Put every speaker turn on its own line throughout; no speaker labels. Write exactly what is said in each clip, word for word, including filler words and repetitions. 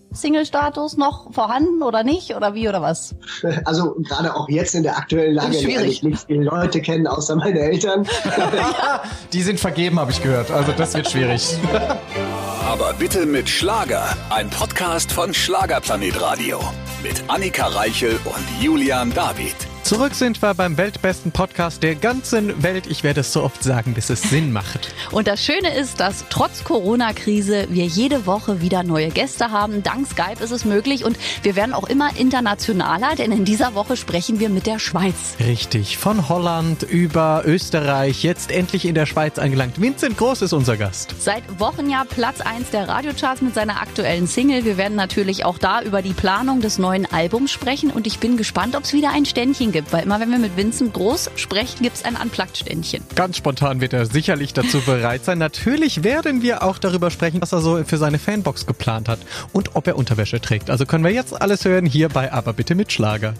Single-Status noch vorhanden oder nicht? Oder wie oder was?
Also gerade auch jetzt in der aktuellen Lage, lerne ich nicht viele Leute kennen, außer meine Eltern.
Ja, die sind vergeben, habe ich gehört. Also das wird schwierig.
Aber bitte mit Schlager. Ein Podcast von Schlagerplanet Radio. Mit Annika Reichel und Julian David.
Zurück sind wir beim weltbesten Podcast der ganzen Welt. Ich werde es so oft sagen, bis es Sinn macht.
Und das Schöne ist, dass trotz Corona-Krise wir jede Woche wieder neue Gäste haben. Dank Skype ist es möglich und wir werden auch immer internationaler, denn in dieser Woche sprechen wir mit der Schweiz.
Richtig, von Holland über Österreich, jetzt endlich in der Schweiz angelangt. Vincent Groß ist unser Gast.
Seit Wochen ja Platz eins der Radiocharts mit seiner aktuellen Single. Wir werden natürlich auch da über die Planung des neuen Albums sprechen und ich bin gespannt, ob es wieder ein Ständchen gibt. Weil immer, wenn wir mit Vincent Groß sprechen, gibt es ein Unplugged-Ständchen.
Ganz spontan wird er sicherlich dazu bereit sein. Natürlich werden wir auch darüber sprechen, was er so für seine Fanbox geplant hat und ob er Unterwäsche trägt. Also können wir jetzt alles hören hier bei Aber bitte mit Schlager.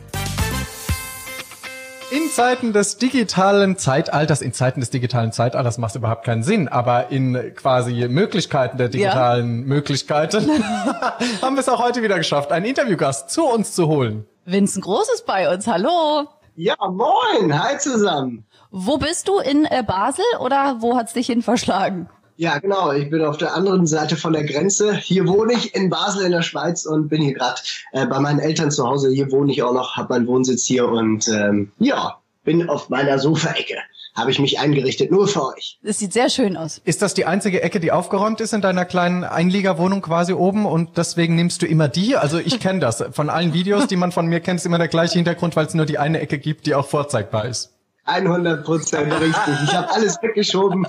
In Zeiten des digitalen Zeitalters, in Zeiten des digitalen Zeitalters macht es überhaupt keinen Sinn, aber in quasi Möglichkeiten der digitalen ja. Möglichkeiten haben wir es auch heute wieder geschafft, einen Interviewgast zu uns zu holen.
Vincent Groß ist bei uns, hallo.
Ja, moin, hi zusammen.
Wo bist du, in äh, Basel oder wo hat's dich hin verschlagen?
Ja, genau, ich bin auf der anderen Seite von der Grenze. Hier wohne ich in Basel in der Schweiz und bin hier gerade äh, bei meinen Eltern zu Hause. Hier wohne ich auch noch, habe meinen Wohnsitz hier und ähm, ja, bin auf meiner Sofaecke. Habe ich mich eingerichtet, nur für euch.
Das sieht sehr schön aus.
Ist das die einzige Ecke, die aufgeräumt ist in deiner kleinen Einliegerwohnung quasi oben und deswegen nimmst du immer die? Also ich kenne das. Von allen Videos, die man von mir kennt, ist immer der gleiche Hintergrund, weil es nur die eine Ecke gibt, die auch vorzeigbar ist.
hundert Prozent richtig. Ich habe alles weggeschoben.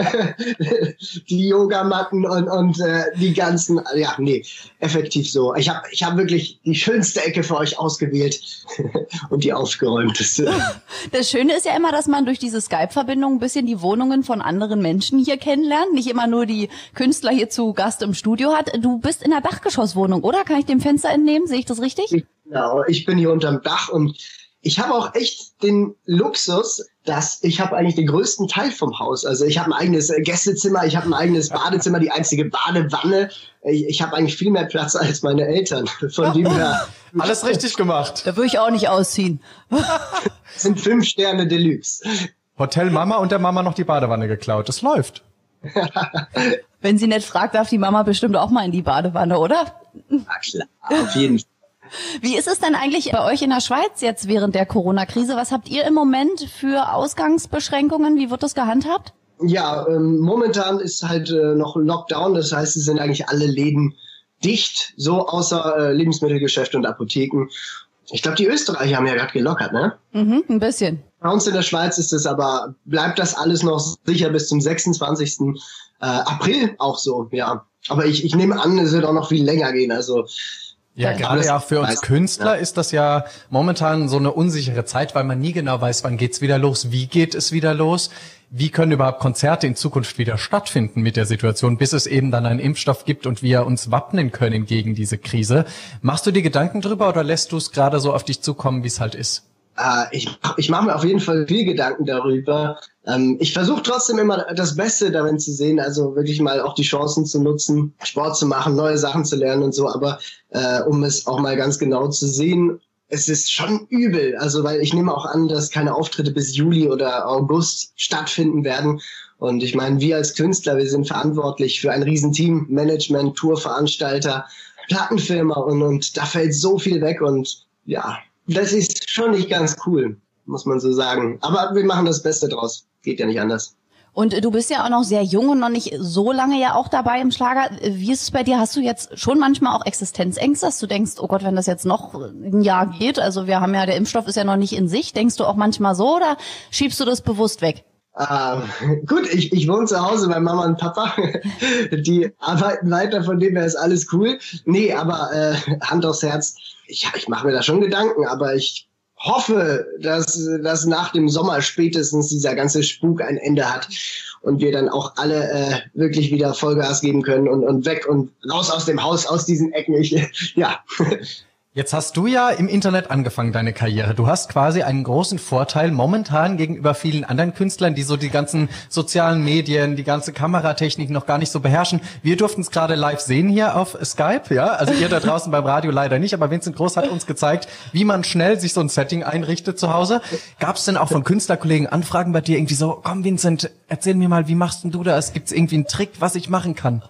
Die Yogamatten und, und äh, die ganzen, ja, nee, effektiv so. Ich habe ich hab wirklich die schönste Ecke für euch ausgewählt und die aufgeräumteste.
Das Schöne ist ja immer, dass man durch diese Skype-Verbindung ein bisschen die Wohnungen von anderen Menschen hier kennenlernt. Nicht immer nur die Künstler hier zu Gast im Studio hat. Du bist in einer Dachgeschosswohnung, oder? Kann ich dem Fenster entnehmen? Sehe ich das richtig?
Genau, ich bin hier unterm Dach und ich habe auch echt den Luxus, dass ich habe eigentlich den größten Teil vom Haus. Also ich habe ein eigenes Gästezimmer, ich habe ein eigenes Badezimmer, die einzige Badewanne. Ich, ich habe eigentlich viel mehr Platz als meine Eltern. Von dem her.
Alles richtig gemacht.
Da würde ich auch nicht ausziehen.
Das sind fünf Sterne Deluxe.
Hotel Mama und der Mama noch die Badewanne geklaut. Das läuft.
Wenn sie nicht fragt, darf die Mama bestimmt auch mal in die Badewanne, oder?
Na klar, auf jeden Fall.
Wie ist es denn eigentlich bei euch in der Schweiz jetzt während der Corona-Krise? Was habt ihr im Moment für Ausgangsbeschränkungen? Wie wird das gehandhabt?
Ja, ähm, momentan ist halt äh, noch Lockdown. Das heißt, es sind eigentlich alle Läden dicht, so außer äh, Lebensmittelgeschäfte und Apotheken. Ich glaube, die Österreicher haben ja gerade gelockert, ne?
Mhm, ein bisschen.
Bei uns in der Schweiz ist es aber, bleibt das alles noch sicher bis zum sechsundzwanzigsten April auch so, ja. Aber ich, ich nehme an, es wird auch noch viel länger gehen, also...
Ja, gerade ja für uns Künstler ist das ja momentan so eine unsichere Zeit, weil man nie genau weiß, wann geht's wieder los, wie geht es wieder los, wie können überhaupt Konzerte in Zukunft wieder stattfinden mit der Situation, bis es eben dann einen Impfstoff gibt und wir uns wappnen können gegen diese Krise. Machst du dir Gedanken drüber oder lässt du es gerade so auf dich zukommen, wie es halt ist?
Uh, ich ich mache mir auf jeden Fall viel Gedanken darüber. Ähm, ich versuche trotzdem immer das Beste darin zu sehen, also wirklich mal auch die Chancen zu nutzen, Sport zu machen, neue Sachen zu lernen und so. Aber äh, um es auch mal ganz genau zu sehen, es ist schon übel. Also weil ich nehme auch an, dass keine Auftritte bis Juli oder August stattfinden werden. Und ich meine, wir als Künstler, wir sind verantwortlich für ein Riesenteam, Management, Tourveranstalter, Plattenfirma und, und da fällt so viel weg und ja, das ist schon nicht ganz cool, muss man so sagen. Aber wir machen das Beste draus. Geht ja nicht anders.
Und du bist ja auch noch sehr jung und noch nicht so lange ja auch dabei im Schlager. Wie ist es bei dir? Hast du jetzt schon manchmal auch Existenzängste, dass du denkst, oh Gott, wenn das jetzt noch ein Jahr geht, also wir haben ja, der Impfstoff ist ja noch nicht in sich. Denkst du auch manchmal so oder schiebst du das bewusst weg?
Ah, gut, ich, ich wohne zu Hause bei Mama und Papa. Die arbeiten weiter, von dem her ist alles cool. Nee, aber äh, Hand aufs Herz. Ich, ich mache mir da schon Gedanken, aber ich hoffe, dass, dass nach dem Sommer spätestens dieser ganze Spuk ein Ende hat und wir dann auch alle äh, wirklich wieder Vollgas geben können und, und weg und raus aus dem Haus, aus diesen Ecken. Ich, ja.
Jetzt hast du ja im Internet angefangen, deine Karriere. Du hast quasi einen großen Vorteil momentan gegenüber vielen anderen Künstlern, die so die ganzen sozialen Medien, die ganze Kameratechnik noch gar nicht so beherrschen. Wir durften es gerade live sehen hier auf Skype, ja. Also ihr da draußen beim Radio leider nicht, aber Vincent Groß hat uns gezeigt, wie man schnell sich so ein Setting einrichtet zu Hause. Gab es denn auch von Künstlerkollegen Anfragen bei dir irgendwie so, komm Vincent, erzähl mir mal, wie machst denn du das? Gibt es irgendwie einen Trick, was ich machen kann?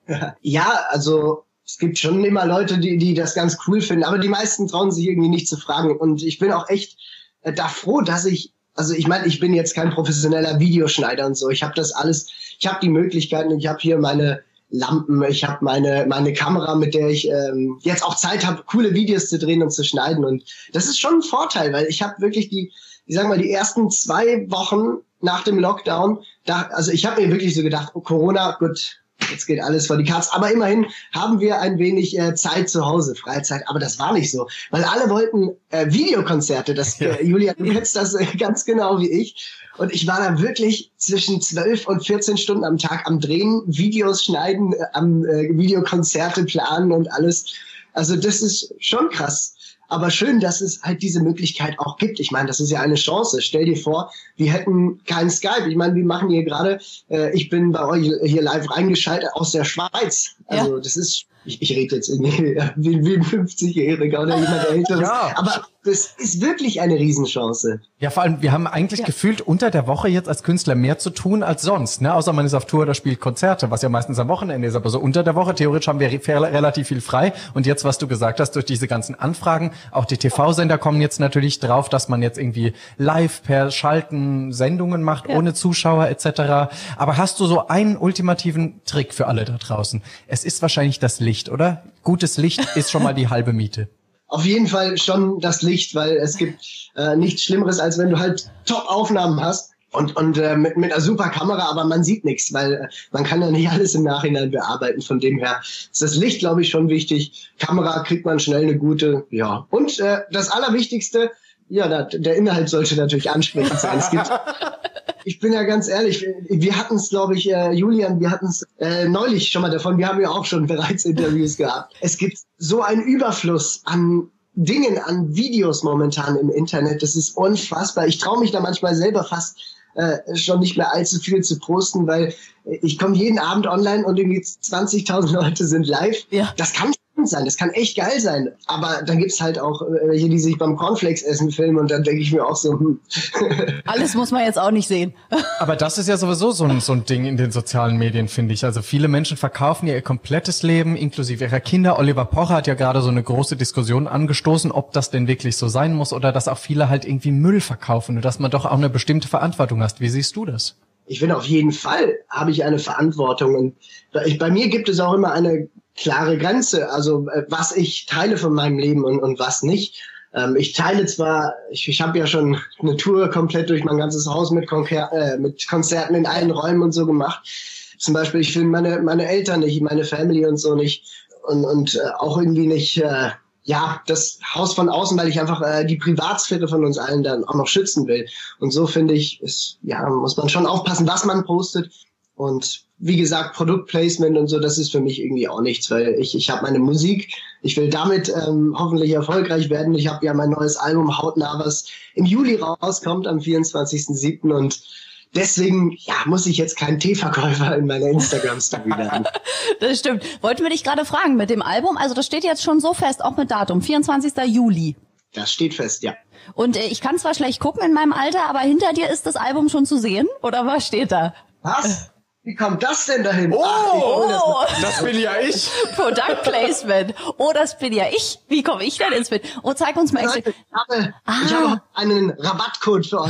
Ja, also es gibt schon immer Leute, die die das ganz cool finden, aber die meisten trauen sich irgendwie nicht zu fragen. Und ich bin auch echt äh, da froh, dass ich, also ich meine, ich bin jetzt kein professioneller Videoschneider und so. Ich habe das alles, ich habe die Möglichkeiten, ich habe hier meine Lampen, ich habe meine meine Kamera, mit der ich ähm, jetzt auch Zeit habe, coole Videos zu drehen und zu schneiden. Und das ist schon ein Vorteil, weil ich habe wirklich die, ich sag mal, die ersten zwei Wochen nach dem Lockdown, da, also ich habe mir wirklich so gedacht, oh, Corona, gut, jetzt geht alles vor die Katz. Aber immerhin haben wir ein wenig äh, Zeit zu Hause, Freizeit. Aber das war nicht so, weil alle wollten äh, Videokonzerte. Das, äh, Julia, du kennst das äh, ganz genau wie ich. Und ich war da wirklich zwischen zwölf und vierzehn Stunden am Tag am Drehen, Videos schneiden, äh, am äh, Videokonzerte planen und alles. Also das ist schon krass. Aber schön, dass es halt diese Möglichkeit auch gibt. Ich meine, das ist ja eine Chance. Stell dir vor, wir hätten kein Skype. Ich meine, wir machen hier gerade, äh, ich bin bei euch hier live reingeschaltet aus der Schweiz. Also ja. Das ist, ich, ich rede jetzt irgendwie wie, wie ein fünfzigjähriger oder jemand Älteres. Ja. Aber das ist wirklich eine Riesenchance.
Ja, vor allem, wir haben eigentlich ja. gefühlt unter der Woche jetzt als Künstler mehr zu tun als sonst, ne? Außer man ist auf Tour oder spielt Konzerte, was ja meistens am Wochenende ist. Aber so unter der Woche, theoretisch haben wir re- relativ viel frei. Und jetzt, was du gesagt hast, durch diese ganzen Anfragen, auch die T V-Sender kommen jetzt natürlich drauf, dass man jetzt irgendwie live per Schalten Sendungen macht, ja. ohne Zuschauer et cetera. Aber hast du so einen ultimativen Trick für alle da draußen? Es ist wahrscheinlich das Licht, oder? Gutes Licht ist schon mal die halbe Miete.
Auf jeden Fall schon das Licht, weil es gibt äh, nichts Schlimmeres, als wenn du halt Top-Aufnahmen hast und und äh, mit mit einer super Kamera, aber man sieht nichts, weil äh, man kann ja nicht alles im Nachhinein bearbeiten. Von dem her ist das Licht, glaube ich, schon wichtig. Kamera kriegt man schnell eine gute, ja. Und äh, das Allerwichtigste, ja, da, der Inhalt sollte natürlich ansprechend sein. Es gibt, ich bin ja ganz ehrlich, wir hatten es, glaube ich, äh, Julian, wir hatten es äh, neulich schon mal davon, wir haben ja auch schon bereits Interviews gehabt. Es gibt so einen Überfluss an Dingen, an Videos momentan im Internet, das ist unfassbar. Ich traue mich da manchmal selber fast äh, schon nicht mehr allzu viel zu posten, weil ich komme jeden Abend online und irgendwie zwanzigtausend Leute sind live. Ja. Das kann sein, das kann echt geil sein. Aber dann gibt's halt auch welche, die sich beim Cornflakes-Essen filmen und dann denke ich mir auch so, hm.
Alles muss man jetzt auch nicht sehen.
Aber das ist ja sowieso so ein, so ein Ding in den sozialen Medien, finde ich. Also viele Menschen verkaufen ja ihr komplettes Leben, inklusive ihrer Kinder. Oliver Pocher hat ja gerade so eine große Diskussion angestoßen, ob das denn wirklich so sein muss oder dass auch viele halt irgendwie Müll verkaufen und dass man doch auch eine bestimmte Verantwortung hat. Wie siehst du das?
Ich finde, auf jeden Fall habe ich eine Verantwortung und bei, bei mir gibt es auch immer eine klare Grenze, also äh, was ich teile von meinem Leben und, und was nicht. Ähm, ich teile zwar, ich, ich habe ja schon eine Tour komplett durch mein ganzes Haus mit, Konker- äh, mit Konzerten in allen Räumen und so gemacht. Zum Beispiel, ich filme meine, meine Eltern nicht, meine Family und so nicht und, und äh, auch irgendwie nicht, äh, ja, das Haus von außen, weil ich einfach äh, die Privatsphäre von uns allen dann auch noch schützen will. Und so finde ich, ist, ja, muss man schon aufpassen, was man postet. Und wie gesagt, Produktplacement und so, das ist für mich irgendwie auch nichts, weil ich ich habe meine Musik, ich will damit ähm, hoffentlich erfolgreich werden. Ich habe ja mein neues Album Hautnah, was im Juli rauskommt, am vierundzwanzigsten siebten und deswegen, ja, muss ich jetzt keinen Teeverkäufer in meiner Instagram-Story werden.
Das stimmt. Wollten wir dich gerade fragen mit dem Album, also das steht jetzt schon so fest, auch mit Datum, vierundzwanzigsten Juli.
Das steht fest, ja.
Und äh, ich kann zwar schlecht gucken in meinem Alter, aber hinter dir ist das Album schon zu sehen? Oder was steht da?
Was? Wie kommt das denn dahin?
Oh,
Ach,
oh das, das bin ja ich.
Product Placement. Oh, das bin ja ich. Wie komme ich denn ins Bild? Oh, zeig uns mal.
Ich habe, ah. ich habe einen Rabattcode für euch.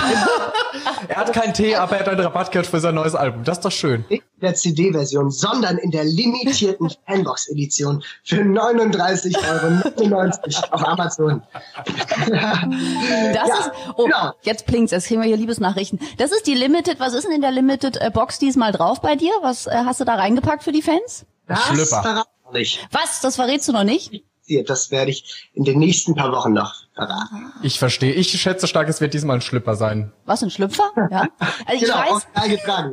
Er hat keinen Tee, aber er hat einen Rabattcode für sein neues Album. Das ist doch schön.
Nicht in der C D-Version, sondern in der limitierten Fanbox-Edition für neununddreißig Euro neunundneunzig auf Amazon.
Das ja, ist, oh, genau. Jetzt blinkt's, jetzt kriegen wir hier Liebesnachrichten. Das ist die Limited, was ist denn in der Limited Box diesmal drauf bei dir? Was äh, hast du da reingepackt für die Fans?
Das verrate ich noch nicht.
Was? Das verrätst du noch nicht?
passiert, das werde ich in den nächsten paar Wochen noch verraten.
Ich verstehe. Ich schätze stark, es wird diesmal ein Schlüpper sein.
Was, ein Schlüpfer? Ja. Also ich
genau,
weiß,
getragen.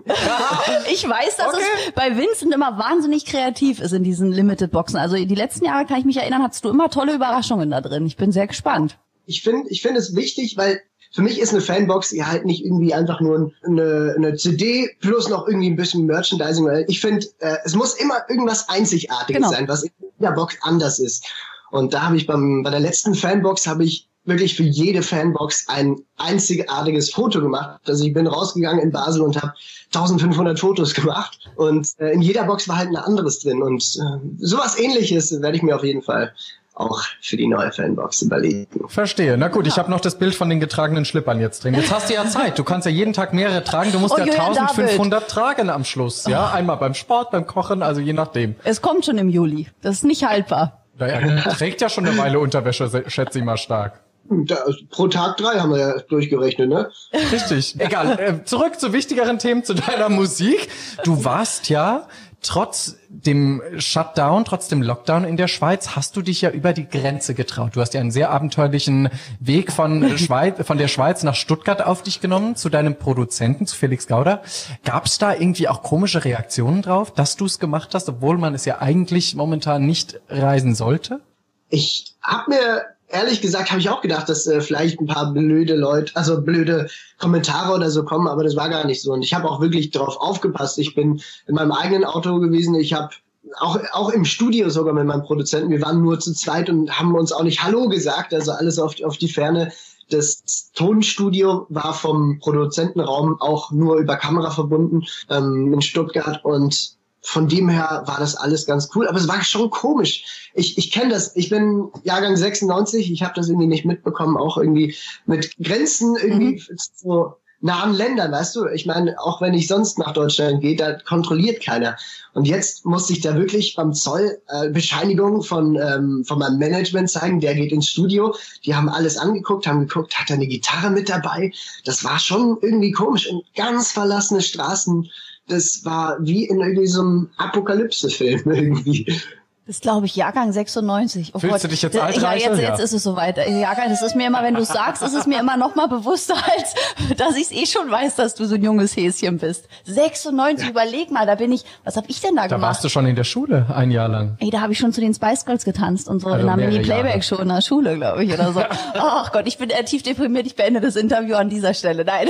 ich weiß, dass
okay.
es bei Vincent immer wahnsinnig kreativ ist in diesen Limited-Boxen. Also die letzten Jahre, kann ich mich erinnern, hattest du immer tolle Überraschungen da drin. Ich bin sehr gespannt.
Ich finde, ich finde es wichtig, weil für mich ist eine Fanbox ja halt nicht irgendwie einfach nur eine, eine C D plus noch irgendwie ein bisschen Merchandising. Ich finde, äh, es muss immer irgendwas Einzigartiges genau. sein, was in jeder Box anders ist. Und da habe ich beim bei der letzten Fanbox habe ich wirklich für jede Fanbox ein einzigartiges Foto gemacht. Also ich bin rausgegangen in Basel und habe eintausendfünfhundert Fotos gemacht. Und äh, in jeder Box war halt ein anderes drin. Und äh, sowas Ähnliches werde ich mir auf jeden Fall auch für die neue Fanbox überlegen.
Verstehe. Na gut, ich habe noch das Bild von den getragenen Schlippern jetzt drin. Jetzt hast du ja Zeit. Du kannst ja jeden Tag mehrere tragen. Du musst oh, ja eintausendfünfhundert tragen am Schluss. Ja, einmal beim Sport, beim Kochen, also je nachdem.
Es kommt schon im Juli. Das ist nicht haltbar.
Naja, trägt ja schon eine Weile Unterwäsche, schätze ich mal stark.
Da, pro Tag drei haben wir ja durchgerechnet, ne?
Richtig. Egal. Äh, zurück zu wichtigeren Themen, zu deiner Musik. Du warst ja trotz dem Shutdown, trotz dem Lockdown in der Schweiz, hast du dich ja über die Grenze getraut. Du hast ja einen sehr abenteuerlichen Weg von Schweiz, von der Schweiz nach Stuttgart auf dich genommen, zu deinem Produzenten, zu Felix Gauder. Gab es da irgendwie auch komische Reaktionen drauf, dass du es gemacht hast, obwohl man es ja eigentlich momentan nicht reisen sollte?
Ich hab mir Ehrlich gesagt habe ich auch gedacht, dass äh, vielleicht ein paar blöde Leute, also blöde Kommentare oder so kommen, aber das war gar nicht so. Und ich habe auch wirklich darauf aufgepasst. Ich bin in meinem eigenen Auto gewesen. Ich habe auch auch im Studio sogar mit meinem Produzenten. Wir waren nur zu zweit und haben uns auch nicht Hallo gesagt. Also alles auf, auf die Ferne. Das Tonstudio war vom Produzentenraum auch nur über Kamera verbunden ähm, in Stuttgart und von dem her war das alles ganz cool, aber es war schon komisch. Ich ich kenne das, ich bin Jahrgang sechsundneunzig, ich habe das irgendwie nicht mitbekommen, auch irgendwie mit Grenzen irgendwie mhm. so nahen Ländern, weißt du? Ich meine, auch wenn ich sonst nach Deutschland gehe, da kontrolliert keiner. Und jetzt musste ich da wirklich beim Zoll äh, Bescheinigung von ähm, von meinem Management zeigen, der geht ins Studio, die haben alles angeguckt, haben geguckt, hat er eine Gitarre mit dabei? Das war schon irgendwie komisch und ganz verlassene Straßen. Das war wie in irgendwie so einem Apokalypse-Film irgendwie.
Das glaube ich, Jahrgang sechsundneunzig. Oh
Fühlst
Gott.
du dich jetzt alt,
ja,
Reichel?
jetzt,
Ja,
jetzt ist es soweit. Jahrgang, das ist mir immer, wenn du sagst, ist es mir immer noch mal bewusster, als dass ich es eh schon weiß, dass du so ein junges Häschen bist. sechsundneunzig, ja. Überleg mal, da bin ich, was habe ich denn da, da gemacht?
Da warst du schon in der Schule, ein Jahr lang.
Ey, da habe ich schon zu den Spice Girls getanzt und so also in einer Mini-Playback-Show in der Schule, glaube ich, oder so. Ach Gott, ich bin äh, tief deprimiert, ich beende das Interview an dieser Stelle. Nein.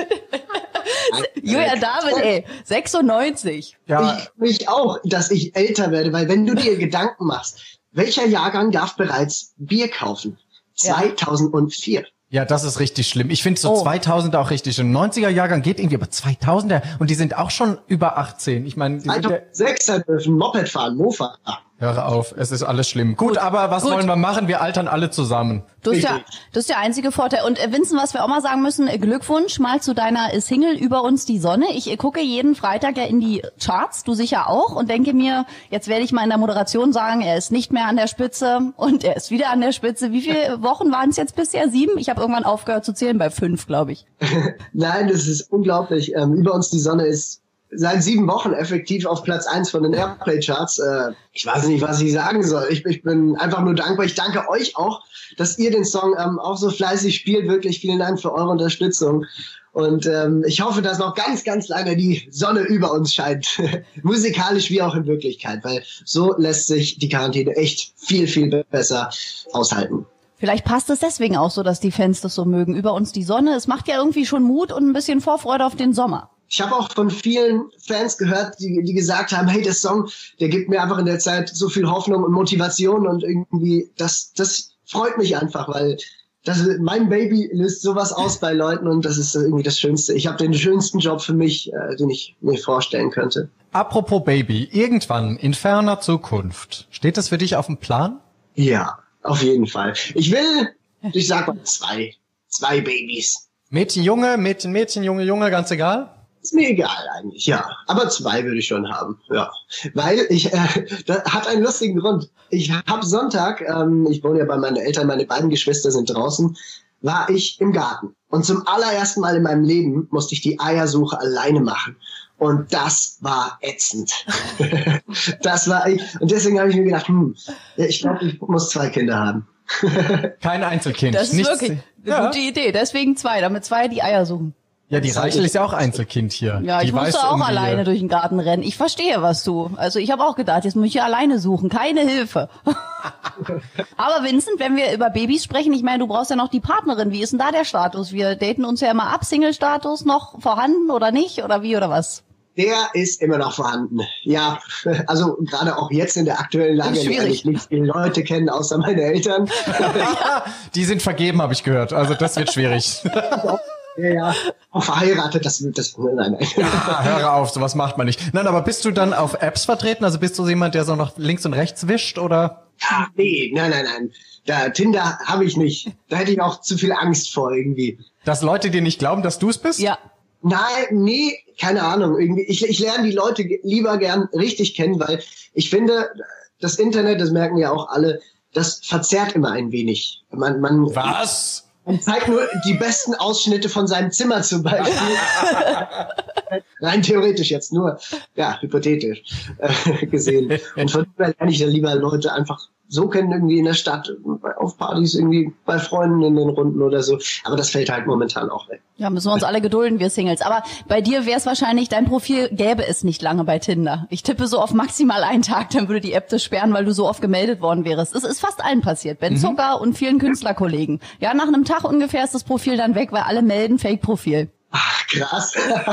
Julia David, ey, sechsundneunzig.
Ja. Ich mich auch, dass ich älter werde, weil wenn du dir Gedanken machst, welcher Jahrgang darf bereits Bier kaufen? zweitausendvier.
Ja, das ist richtig schlimm. Ich finde so oh. zweitausender auch richtig schlimm. neunziger Jahrgang geht irgendwie, aber zweitausender und die sind auch schon über achtzehn. Ich meine,
zweitausendsechser dürfen Moped fahren, Mofa.
Hör auf, es ist alles schlimm. Gut, Gut aber was Gut. wollen wir machen? Wir altern alle zusammen.
Du bist ja, das ist der einzige Vorteil. Und äh, Vincent, was wir auch mal sagen müssen, Glückwunsch mal zu deiner Single Über uns die Sonne. Ich äh, gucke jeden Freitag ja in die Charts, du sicher auch, und denke mir, jetzt werde ich mal in der Moderation sagen, er ist nicht mehr an der Spitze und er ist wieder an der Spitze. Wie viele Wochen waren es jetzt bisher? Sieben? Ich habe irgendwann aufgehört zu zählen, bei fünf, glaube ich.
Nein, das ist unglaublich. Ähm, Über uns die Sonne ist seit sieben Wochen effektiv auf Platz eins von den Airplay-Charts. Äh, ich weiß nicht, was ich sagen soll. Ich, ich bin einfach nur dankbar. Ich danke euch auch, dass ihr den Song ähm, auch so fleißig spielt. Wirklich vielen Dank für eure Unterstützung. Und ähm, ich hoffe, dass noch ganz, ganz lange die Sonne über uns scheint. Musikalisch wie auch in Wirklichkeit. Weil so lässt sich die Quarantäne echt viel, viel besser aushalten.
Vielleicht passt es deswegen auch so, dass die Fans das so mögen. Über uns die Sonne. Es macht ja irgendwie schon Mut und ein bisschen Vorfreude auf den Sommer.
Ich habe auch von vielen Fans gehört, die, die gesagt haben, hey, der Song, der gibt mir einfach in der Zeit so viel Hoffnung und Motivation und irgendwie, das, das freut mich einfach, weil das, mein Baby löst sowas aus bei Leuten und das ist irgendwie das Schönste. Ich habe den schönsten Job für mich, äh, den ich mir vorstellen könnte.
Apropos Baby, irgendwann in ferner Zukunft, steht das für dich auf dem Plan?
Ja, auf jeden Fall. Ich will, ich sag mal zwei, zwei Babys.
Mädchen, Junge, Mädchen, Mädchen, Junge, Junge, ganz egal?
Ist mir egal eigentlich, ja. Aber zwei würde ich schon haben, ja. Weil ich, äh, das hat einen lustigen Grund. Ich habe Sonntag, ähm, ich wohne ja bei meinen Eltern, meine beiden Geschwister sind draußen, war ich im Garten. Und zum allerersten Mal in meinem Leben musste ich die Eiersuche alleine machen. Und das war ätzend. Das war ich. Und deswegen habe ich mir gedacht, hm, ich glaube, ich muss zwei Kinder haben.
Kein Einzelkind.
Das ist
Nichts,
wirklich eine
ja.
gute Idee. Deswegen zwei, damit zwei die Eier suchen.
Ja, die Reichel ist ja auch Einzelkind hier.
Ja,
die
ich musste auch
irgendwie
alleine durch den Garten rennen. Ich verstehe, was du. Also ich habe auch gedacht, jetzt muss ich ja alleine suchen. Keine Hilfe. Aber Vincent, wenn wir über Babys sprechen, ich meine, du brauchst ja noch die Partnerin. Wie ist denn da der Status? Wir daten uns ja immer ab. Single-Status noch vorhanden oder nicht? Oder wie oder was?
Der ist immer noch vorhanden. Ja, also gerade auch jetzt in der aktuellen Lage, in der ich nicht viele Leute kennen, außer meine Eltern.
Die sind vergeben, habe ich gehört. Also das wird schwierig.
Ja, ja, auch verheiratet, das, das, nein, nein.
Ja, hör auf, sowas macht man nicht. Nein, aber bist du dann auf Apps vertreten? Also bist du jemand, der so noch links und rechts wischt, oder?
Ja, nee, nein, nein, nein. Da, Tinder habe ich nicht. Da hätte ich auch zu viel Angst vor irgendwie.
Dass Leute dir nicht glauben, dass du es bist?
Ja.
Nein, nee, keine Ahnung. Irgendwie, ich, ich lerne die Leute lieber gern richtig kennen, weil ich finde, das Internet, das merken ja auch alle, das verzerrt immer ein wenig. Man, man,
Was?
Man zeigt nur die besten Ausschnitte von seinem Zimmer zum Beispiel. Rein theoretisch jetzt nur, ja, hypothetisch äh, gesehen. Und von daher lerne ich dann lieber Leute einfach so kennen, irgendwie in der Stadt, auf Partys, irgendwie bei Freunden in den Runden oder so. Aber das fällt halt momentan auch weg.
Ja, müssen wir uns alle gedulden, wir Singles. Aber bei dir wäre es wahrscheinlich, dein Profil gäbe es nicht lange bei Tinder. Ich tippe so auf maximal einen Tag, dann würde die App das sperren, weil du so oft gemeldet worden wärst. Es ist fast allen passiert, Ben mhm. Zucker und vielen Künstlerkollegen. Ja, nach einem Tag ungefähr ist das Profil dann weg, weil alle melden Fake-Profil.
Ach, krass.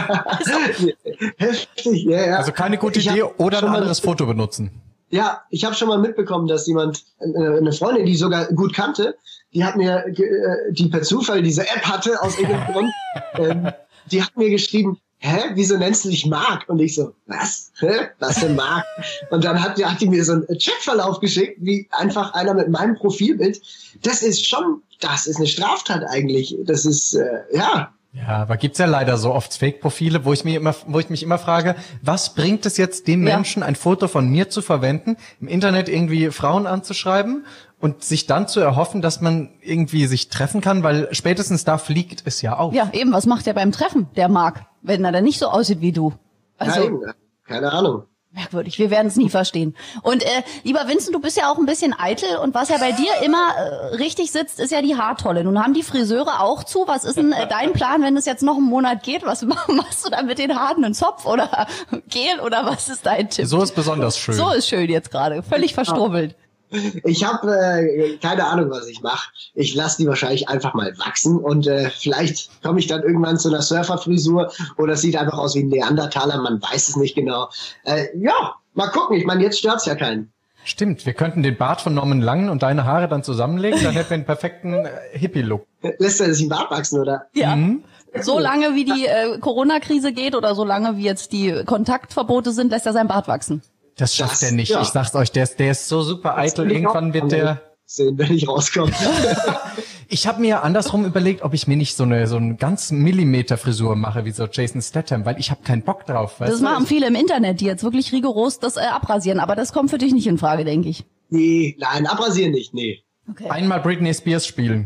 Heftig, ja, ja.
Also keine gute Idee oder ein anderes Foto benutzen.
Ja, ich habe schon mal mitbekommen, dass jemand, eine Freundin, die sogar gut kannte, die hat mir, die per Zufall diese App hatte, aus irgendeinem Grund, ähm, die hat mir geschrieben, hä, wieso nennst du dich Marc? Und ich so, was? Hä? Was denn Marc? Und dann hat, hat die mir so einen Chatverlauf geschickt, wie einfach einer mit meinem Profilbild. Das ist schon, das ist eine Straftat eigentlich. Das ist, äh, ja...
Ja, aber gibt's ja leider so oft Fake-Profile, wo ich mir immer, wo ich mich immer frage, was bringt es jetzt dem ja. Menschen, ein Foto von mir zu verwenden, im Internet irgendwie Frauen anzuschreiben und sich dann zu erhoffen, dass man irgendwie sich treffen kann, weil spätestens da fliegt es ja auf.
Ja, eben, was macht er beim Treffen, der Marc, wenn er dann nicht so aussieht wie du? Also,
Nein, keine Ahnung.
Merkwürdig, wir werden es nie verstehen. Und äh, lieber Vincent, du bist ja auch ein bisschen eitel und was ja bei dir immer äh, richtig sitzt, ist ja die Haartolle. Nun haben die Friseure auch zu. Was ist denn äh, dein Plan, wenn es jetzt noch einen Monat geht? Was machst du da mit den Haaren? Einen Zopf oder Gel oder was ist dein Tipp?
So ist besonders schön.
So ist schön jetzt gerade, völlig verstrubbelt.
Ich habe äh, keine Ahnung, was ich mache. Ich lasse die wahrscheinlich einfach mal wachsen und äh, vielleicht komme ich dann irgendwann zu einer Surferfrisur oder es sieht einfach aus wie ein Neandertaler, man weiß es nicht genau. Äh, ja, mal gucken. Ich meine, jetzt stört's ja keinen.
Stimmt, wir könnten den Bart von Norman Langen und deine Haare dann zusammenlegen, dann hätten wir einen perfekten äh, Hippie-Look.
Lässt er sich einen Bart wachsen, oder?
Ja. Mhm. So lange wie die äh, Corona-Krise geht oder so lange wie jetzt die Kontaktverbote sind, lässt er seinen Bart wachsen.
Das schafft das, er nicht. Ja. Ich sag's euch, der ist, der ist so super eitel. Irgendwann wird der
sehen, wenn ich rauskomme.
Ich habe mir andersrum überlegt, ob ich mir nicht so eine so eine ganz Millimeter Frisur mache wie so Jason Statham, weil ich habe keinen Bock drauf. Weißt
das
du?
machen viele im Internet, die jetzt wirklich rigoros das äh, abrasieren, aber das kommt für dich nicht in Frage, denke ich.
Nee, nein, abrasieren nicht, nee.
Okay.
Einmal Britney Spears spielen.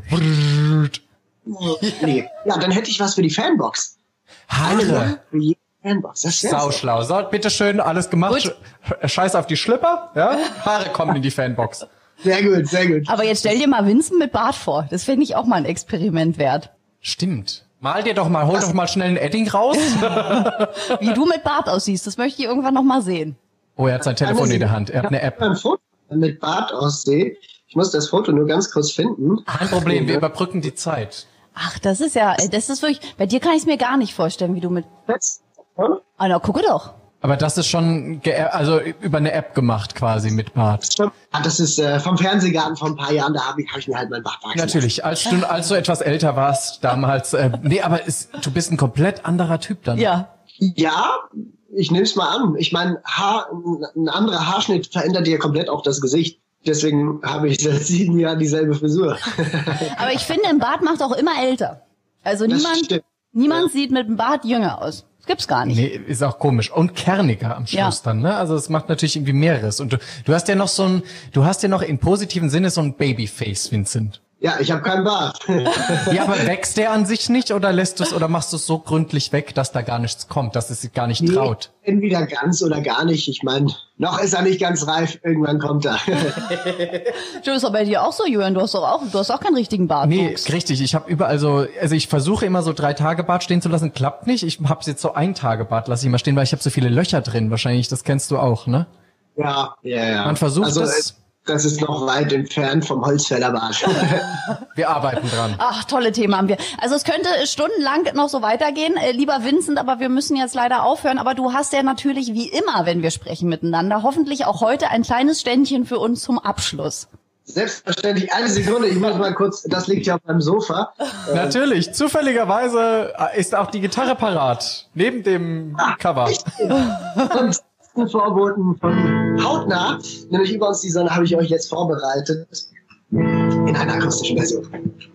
Nee. Ja, dann hätte ich was für die Fanbox.
Haare.
Für jede Fanbox. Das ist
sauschlau. So, bitteschön, alles gemacht. Gut. Scheiß auf die Schlüpper, ja? Haare kommen in die Fanbox.
Sehr gut, sehr gut.
Aber jetzt stell dir mal Vincent mit Bart vor. Das finde ich auch mal ein Experiment wert.
Stimmt. Mal dir doch mal, hol Was? doch mal schnell ein Edding raus.
Wie du mit Bart aussiehst, das möchte ich irgendwann noch mal sehen.
Oh, er hat sein Telefon in der Hand. Er hat eine App.
Ein Foto mit Bart aussehe. Ich muss das Foto nur ganz kurz finden.
Kein Problem, wir überbrücken die Zeit.
Ach, das ist ja, das ist wirklich, bei dir kann ich es mir gar nicht vorstellen, wie du mit... Hm? Ah, na, gucke doch.
Aber das ist schon, also über eine App gemacht quasi mit Bart.
Ah, das ist äh, vom Fernsehgarten vor ein paar Jahren, da habe ich, hab ich mir halt mein Bart wachsen
Natürlich, als du, als du etwas älter warst damals. Äh, nee, aber es, du bist ein komplett anderer Typ dann.
Ja.
Ja, ich nehme es mal an. Ich meine, Haar, ein anderer Haarschnitt verändert dir komplett auch das Gesicht. Deswegen habe ich seit sieben Jahren dieselbe Frisur.
Aber ich finde, ein Bart macht auch immer älter. Also niemand, niemand ja. sieht mit dem Bart jünger aus. Das gibt's gar nicht.
Nee, ist auch komisch. Und kerniger am Schluss ja. dann, ne? Also es macht natürlich irgendwie mehreres. Und du, du hast ja noch so ein, du hast ja noch im positiven Sinne so ein Babyface, Vincent.
Ja, ich habe keinen Bart.
Ja, aber wächst der an sich nicht oder lässt du es oder machst du es so gründlich weg, dass da gar nichts kommt, dass es sich gar nicht traut?
Nee, entweder ganz oder gar nicht. Ich meine, noch ist er nicht ganz reif, irgendwann kommt er.
Du, ist aber bei dir auch so, Julian, du hast doch auch, du hast auch keinen richtigen Bart.
Nee, richtig, ich habe überall so, also ich versuche immer so drei Tage Bart stehen zu lassen, klappt nicht. Ich habe jetzt so ein Tage Bart, lasse ich mal stehen, weil ich habe so viele Löcher drin, wahrscheinlich, das kennst du auch, ne?
Ja, ja, ja.
Man versucht
also,
das...
Das ist noch weit entfernt vom Holzfällerbart.
Wir arbeiten dran.
Ach, tolle Themen haben wir. Also es könnte stundenlang noch so weitergehen, äh, lieber Vincent, aber wir müssen jetzt leider aufhören. Aber du hast ja natürlich wie immer, wenn wir sprechen miteinander, hoffentlich auch heute ein kleines Ständchen für uns zum Abschluss.
Selbstverständlich, eine Sekunde, ich muss mal kurz, das liegt ja auf meinem Sofa.
Natürlich, zufälligerweise ist auch die Gitarre parat, neben dem ah, Cover.
Und Vorboten von Hautnah, nämlich über uns die Sonne, habe ich euch jetzt vorbereitet in einer akustischen Version.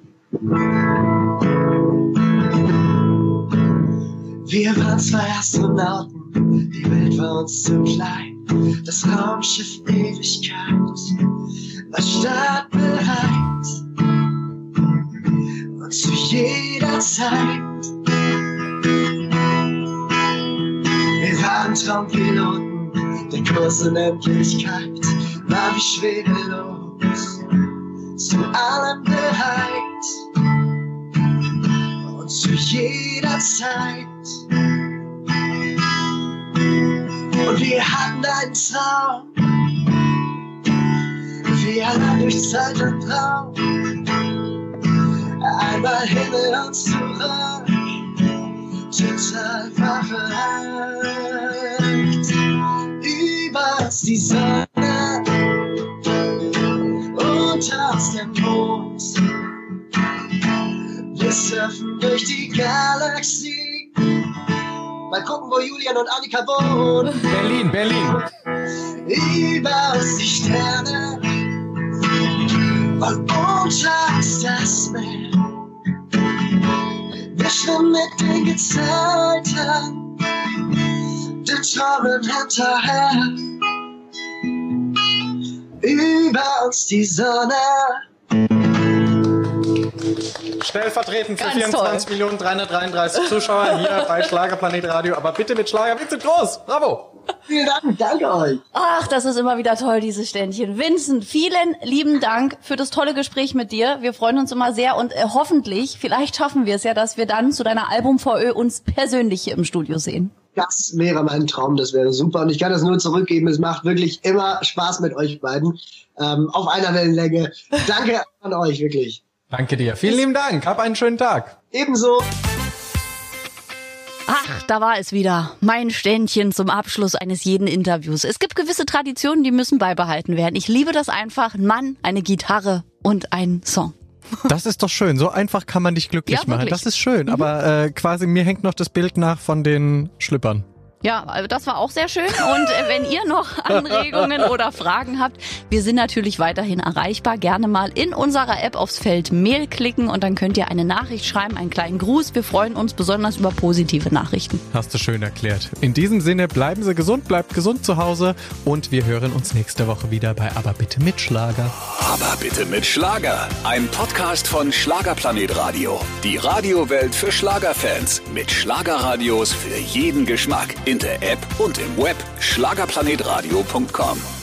Wir waren zwei Astronauten, die Welt war uns zu klein, das Raumschiff Ewigkeit war startbereit und zu jeder Zeit. Wir waren Traumpiloten, der Kurs in Endlichkeit war wie schwerelos, zu allem bereit und zu jeder Zeit. Und wir hatten einen Traum, wir allein durch Zeit und Raum, einmal Himmel und zurück, total verrückt. Über die Sonne und aus dem Mond, wir surfen durch die Galaxie. Mal gucken, wo Julian und Annika wohnen.
Berlin, Berlin.
Über die Sterne und unter uns das Meer. Wir schwimmen mit den Gezeiten, den Träumen hinterher. Über uns die Sonne.
Stellvertretend für
Ganz
vierundzwanzig Millionen dreihundertdreiunddreißig Zuschauer hier bei Schlagerplanet Radio, aber bitte mit Schlager Vincent Groß. Bravo!
Vielen Dank, danke euch.
Ach, das ist immer wieder toll, dieses Ständchen. Vincent, vielen lieben Dank für das tolle Gespräch mit dir. Wir freuen uns immer sehr und äh, hoffentlich, vielleicht schaffen wir es ja, dass wir dann zu deiner Album-V Ö uns persönlich hier im Studio sehen.
Das wäre mein Traum, das wäre super. Und ich kann das nur zurückgeben, es macht wirklich immer Spaß mit euch beiden. Ähm, auf einer Wellenlänge. Danke an euch, wirklich.
Danke dir. Vielen lieben Dank. Hab einen schönen Tag.
Ebenso.
Ach, da war es wieder. Mein Ständchen zum Abschluss eines jeden Interviews. Es gibt gewisse Traditionen, die müssen beibehalten werden. Ich liebe das einfach. Ein Mann, eine Gitarre und ein Song.
Das ist doch schön. So einfach kann man dich glücklich
ja,
machen. Das ist schön. Mhm. Aber äh, quasi mir hängt noch das Bild nach von den Schlüppern.
Ja, also das war auch sehr schön. Und äh, wenn ihr noch Anregungen oder Fragen habt, wir sind natürlich weiterhin erreichbar. Gerne mal in unserer App aufs Feld Mail klicken und dann könnt ihr eine Nachricht schreiben, einen kleinen Gruß. Wir freuen uns besonders über positive Nachrichten.
Hast du schön erklärt. In diesem Sinne, bleiben Sie gesund, bleibt gesund zu Hause und wir hören uns nächste Woche wieder bei Aber bitte mit Schlager.
Aber bitte mit Schlager. Ein Podcast von Schlagerplanet Radio. Die Radiowelt für Schlagerfans. Mit Schlagerradios für jeden Geschmack. In der App und im Web schlagerplanetradio punkt com.